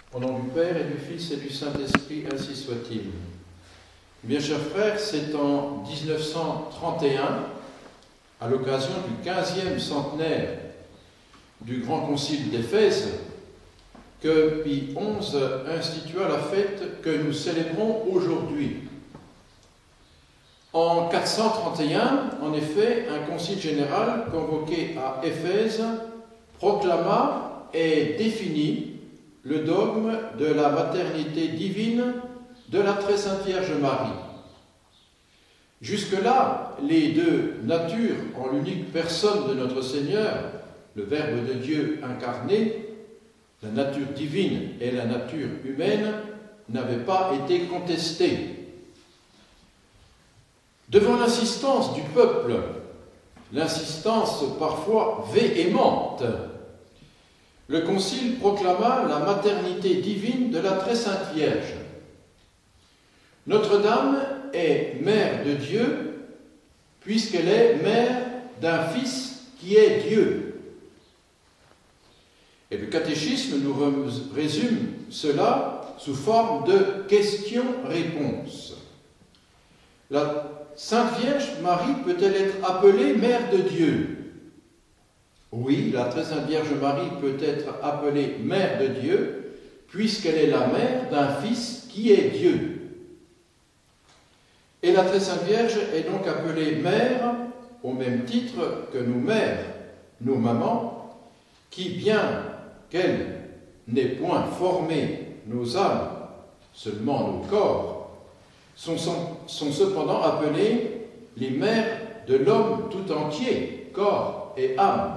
Au nom du Père et du Fils et du Saint-Esprit, ainsi soit-il. Bien chers frères, c'est en 1931, à l'occasion du 15e centenaire du Grand Concile d'Éphèse, que Pie XI institua la fête que nous célébrons aujourd'hui. En 431, en effet, un concile général convoqué à Éphèse proclama et définit le dogme de la maternité divine de la Très Sainte Vierge Marie. Jusque-là, les deux natures en l'unique personne de notre Seigneur, le Verbe de Dieu incarné, la nature divine et la nature humaine, n'avaient pas été contestées. Devant l'insistance du peuple, l'insistance parfois véhémente, le Concile proclama la maternité divine de la Très Sainte Vierge. Notre-Dame est mère de Dieu, puisqu'elle est mère d'un Fils qui est Dieu. Et le catéchisme nous résume cela sous forme de questions-réponses. La Sainte Vierge Marie peut-elle être appelée mère de Dieu ? Oui, la Très Sainte Vierge Marie peut être appelée mère de Dieu, puisqu'elle est la mère d'un Fils qui est Dieu. Et la Très Sainte Vierge est donc appelée mère, au même titre que nos mères, nos mamans, qui, bien qu'elles n'aient point formé nos âmes, seulement nos corps, sont cependant appelées les mères de l'homme tout entier, corps et âme.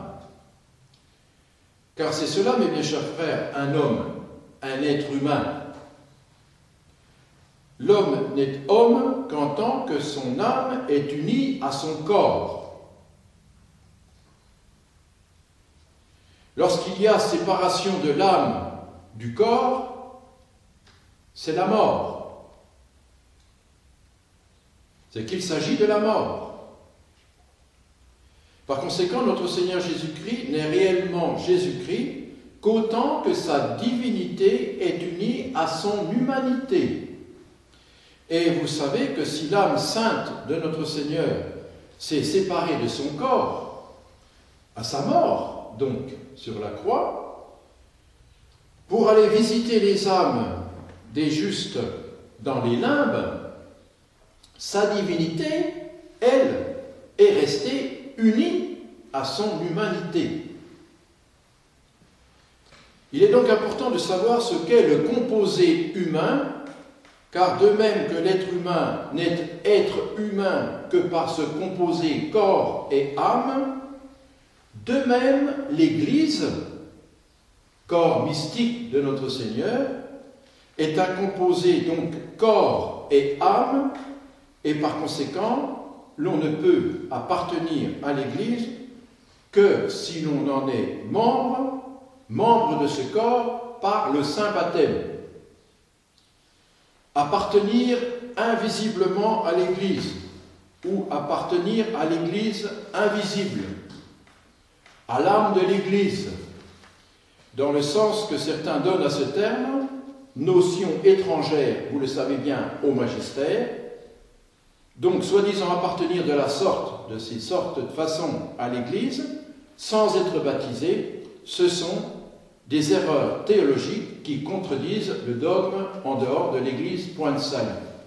Car c'est cela, mes bien chers frères, un homme, un être humain. L'homme n'est homme qu'en tant que son âme est unie à son corps. Lorsqu'il y a séparation de l'âme du corps, c'est la mort. C'est qu'il s'agit de la mort. Par conséquent, notre Seigneur Jésus-Christ n'est réellement Jésus-Christ qu'autant que sa divinité est unie à son humanité. Et vous savez que si l'âme sainte de notre Seigneur s'est séparée de son corps, à sa mort, donc, sur la croix, pour aller visiter les âmes des justes dans les limbes, sa divinité, elle, est restée unie à son humanité. Il est donc important de savoir ce qu'est le composé humain, car de même que l'être humain n'est être humain que par ce composé corps et âme, de même l'Église, corps mystique de notre Seigneur, est un composé donc corps et âme, et par conséquent, l'on ne peut appartenir à l'Église que si l'on en est membre de ce corps par le saint baptême. Appartenir invisiblement à l'Église ou appartenir à l'Église invisible, à l'âme de l'Église, dans le sens que certains donnent à ce terme, notion étrangère, vous le savez bien, au magistère. Donc, soi-disant appartenir de cette sorte de façon à l'Église, sans être baptisé, ce sont des erreurs théologiques qui contredisent le dogme en dehors de l'Église, point de salut.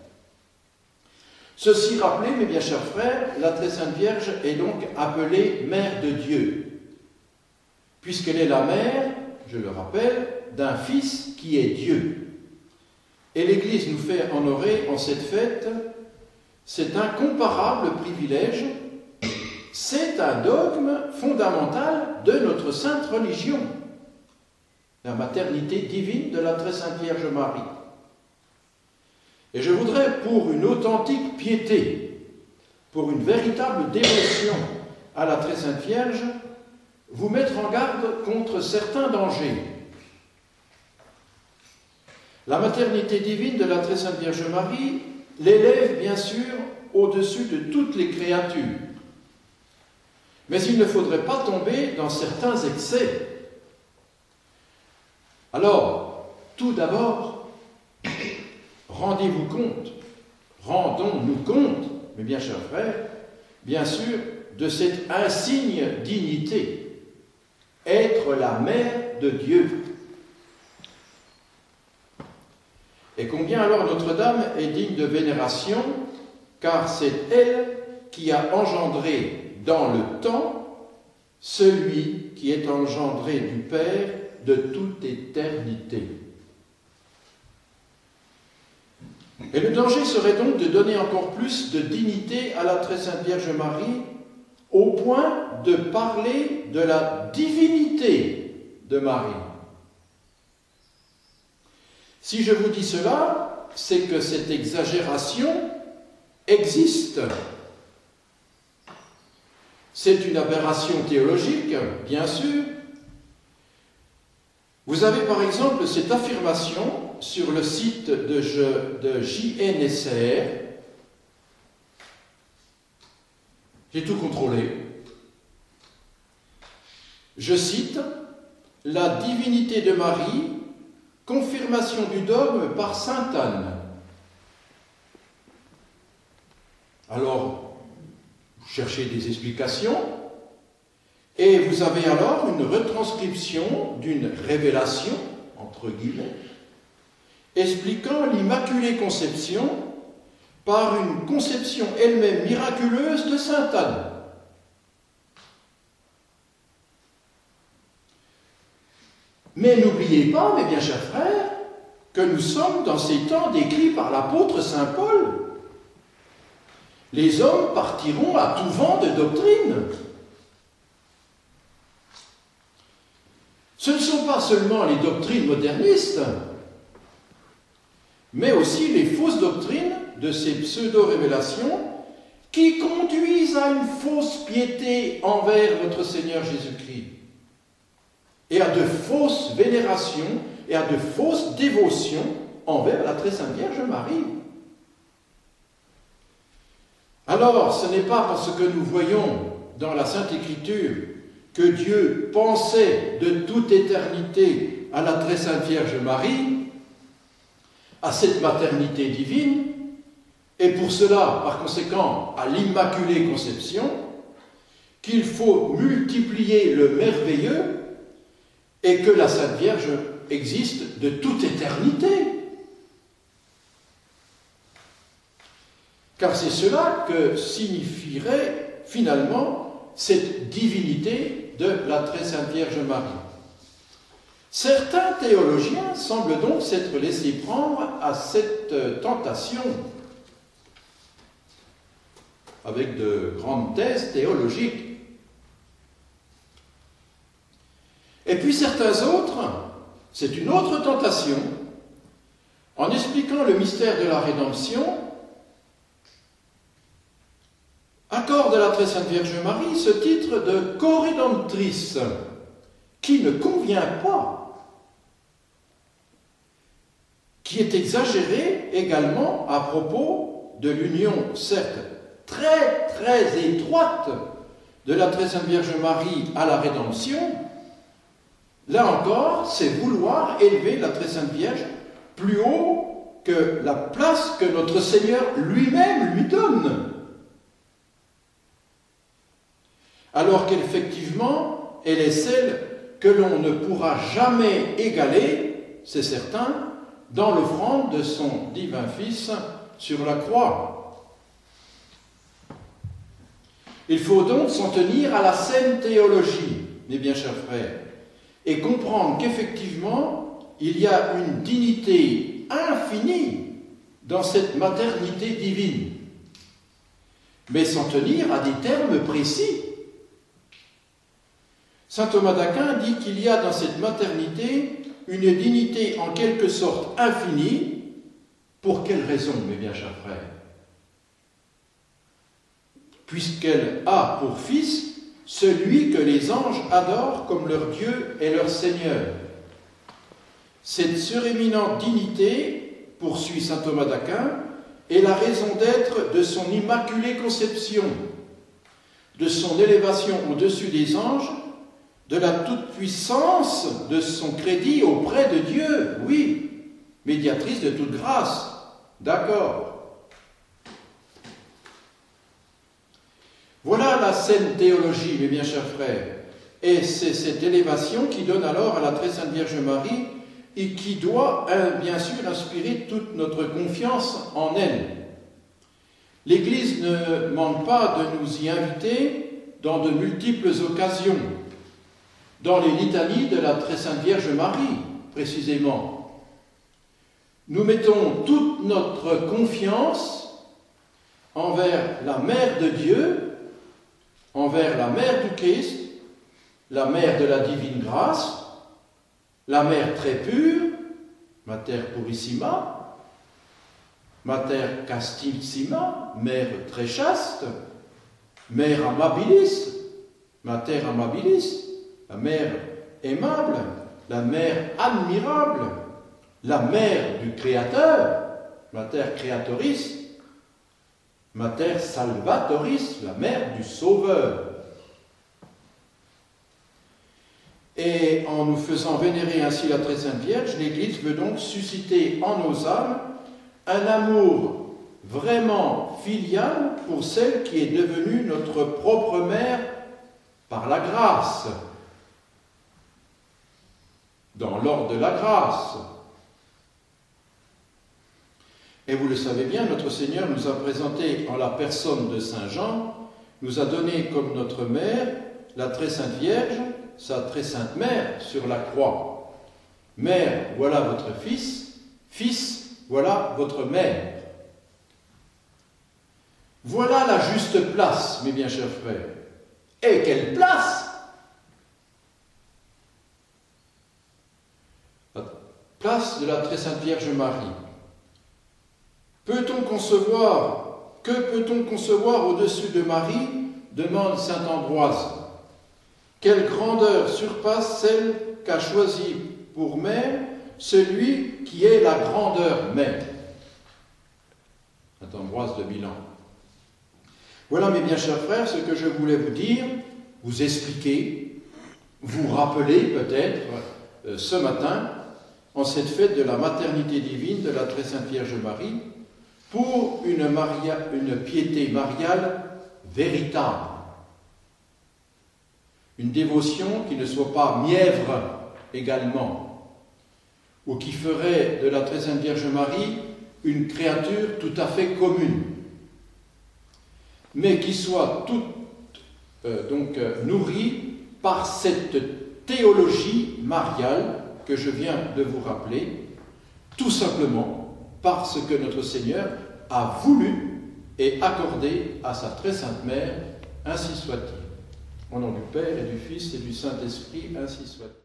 Ceci rappelé, mes bien chers frères, la Très Sainte Vierge est donc appelée Mère de Dieu, puisqu'elle est la mère, je le rappelle, d'un Fils qui est Dieu. Et l'Église nous fait honorer en cette fête cet incomparable privilège, c'est un dogme fondamental de notre sainte religion, la maternité divine de la Très Sainte Vierge Marie. Et je voudrais, pour une authentique piété, pour une véritable dévotion à la Très Sainte Vierge, vous mettre en garde contre certains dangers. La maternité divine de la Très Sainte Vierge Marie l'élève bien sûr au-dessus de toutes les créatures. Mais il ne faudrait pas tomber dans certains excès. Alors, tout d'abord, rendons-nous compte, mes bien chers frères, bien sûr, de cette insigne dignité, être la mère de Dieu. Et combien alors Notre-Dame est digne de vénération, car c'est elle qui a engendré dans le temps celui qui est engendré du Père de toute éternité. Et le danger serait donc de donner encore plus de dignité à la très sainte Vierge Marie, au point de parler de la divinité de Marie. Si je vous dis cela, c'est que cette exagération existe. C'est une aberration théologique, bien sûr. Vous avez par exemple cette affirmation sur le site de JNSR. J'ai tout contrôlé. Je cite, « La divinité de Marie, confirmation du dogme par sainte Anne. » Alors, vous cherchez des explications, et vous avez alors une retranscription d'une révélation, entre guillemets, expliquant l'Immaculée Conception par une conception elle-même miraculeuse de sainte Anne. Mais n'oubliez pas, mes bien chers frères, que nous sommes dans ces temps décrits par l'apôtre saint Paul. Les hommes partiront à tout vent de doctrine. Ce ne sont pas seulement les doctrines modernistes, mais aussi les fausses doctrines de ces pseudo-révélations qui conduisent à une fausse piété envers notre Seigneur Jésus-Christ et à de fausses vénérations et à de fausses dévotions envers la très sainte Vierge Marie. Alors, ce n'est pas parce que nous voyons dans la Sainte Écriture que Dieu pensait de toute éternité à la très sainte Vierge Marie, à cette maternité divine, et pour cela, par conséquent, à l'Immaculée Conception, qu'il faut multiplier le merveilleux et que la Sainte Vierge existe de toute éternité. Car c'est cela que signifierait finalement cette divinité de la très sainte Vierge Marie. Certains théologiens semblent donc s'être laissés prendre à cette tentation, avec de grandes thèses théologiques. Et puis certains autres, c'est une autre tentation, en expliquant le mystère de la rédemption, accorde à la très sainte Vierge Marie ce titre de co-rédemptrice, qui ne convient pas, qui est exagéré également à propos de l'union, certes très très étroite, de la très sainte Vierge Marie à la rédemption. Là encore, c'est vouloir élever la très sainte Vierge plus haut que la place que notre Seigneur lui-même lui donne. Alors qu'effectivement, elle est celle que l'on ne pourra jamais égaler, c'est certain, dans l'offrande de son divin Fils sur la croix. Il faut donc s'en tenir à la saine théologie, mes bien chers frères, et comprendre qu'effectivement, il y a une dignité infinie dans cette maternité divine, mais s'en tenir à des termes précis. Saint Thomas d'Aquin dit qu'il y a dans cette maternité une dignité en quelque sorte infinie. Pour quelle raison, mes bien chers frères? Puisqu'elle a pour fils celui que les anges adorent comme leur Dieu et leur Seigneur. Cette suréminente dignité, poursuit saint Thomas d'Aquin, est la raison d'être de son immaculée conception, de son élévation au-dessus des anges, de la toute-puissance de son crédit auprès de Dieu, oui, médiatrice de toute grâce. D'accord. Voilà la saine théologie, mes bien chers frères. Et c'est cette élévation qui donne alors à la très sainte Vierge Marie et qui doit, bien sûr, inspirer toute notre confiance en elle. L'Église ne manque pas de nous y inviter dans de multiples occasions, dans les litanies de la très sainte Vierge Marie, précisément. Nous mettons toute notre confiance envers la Mère de Dieu, envers la Mère du Christ, la Mère de la Divine Grâce, la Mère très pure, Mater Purissima, Mater Castissima, Mère très chaste, Mère Amabilis, Mater Amabilis, la Mère aimable, la Mère admirable, la Mère du Créateur, Mater Creatoris, Mater Salvatoris, la Mère du Sauveur. Et en nous faisant vénérer ainsi la très sainte Vierge, l'Église veut donc susciter en nos âmes un amour vraiment filial pour celle qui est devenue notre propre mère par la grâce, dans l'ordre de la grâce. Et vous le savez bien, notre Seigneur nous a présenté en la personne de Saint Jean, nous a donné comme notre mère la très sainte Vierge, sa très sainte mère sur la croix. Mère, voilà votre fils, fils, voilà votre mère. Voilà la juste place, mes bien chers frères. Et quelle place! La place de la très sainte Vierge Marie. Peut-on concevoir, que peut-on concevoir au-dessus de Marie, demande saint Ambroise. Quelle grandeur surpasse celle qu'a choisie pour mère celui qui est la grandeur même. Saint Ambroise de Milan. Voilà, mes bien chers frères, ce que je voulais vous dire, vous expliquer, vous rappeler peut-être ce matin, en cette fête de la maternité divine de la très sainte Vierge Marie, pour une piété mariale véritable. Une dévotion qui ne soit pas mièvre également, ou qui ferait de la très sainte Vierge Marie une créature tout à fait commune, mais qui soit toute nourrie par cette théologie mariale que je viens de vous rappeler, tout simplement parce que notre Seigneur a voulu et accordé à sa très sainte mère, ainsi soit-il. Au nom du Père et du Fils et du Saint-Esprit, ainsi soit-il.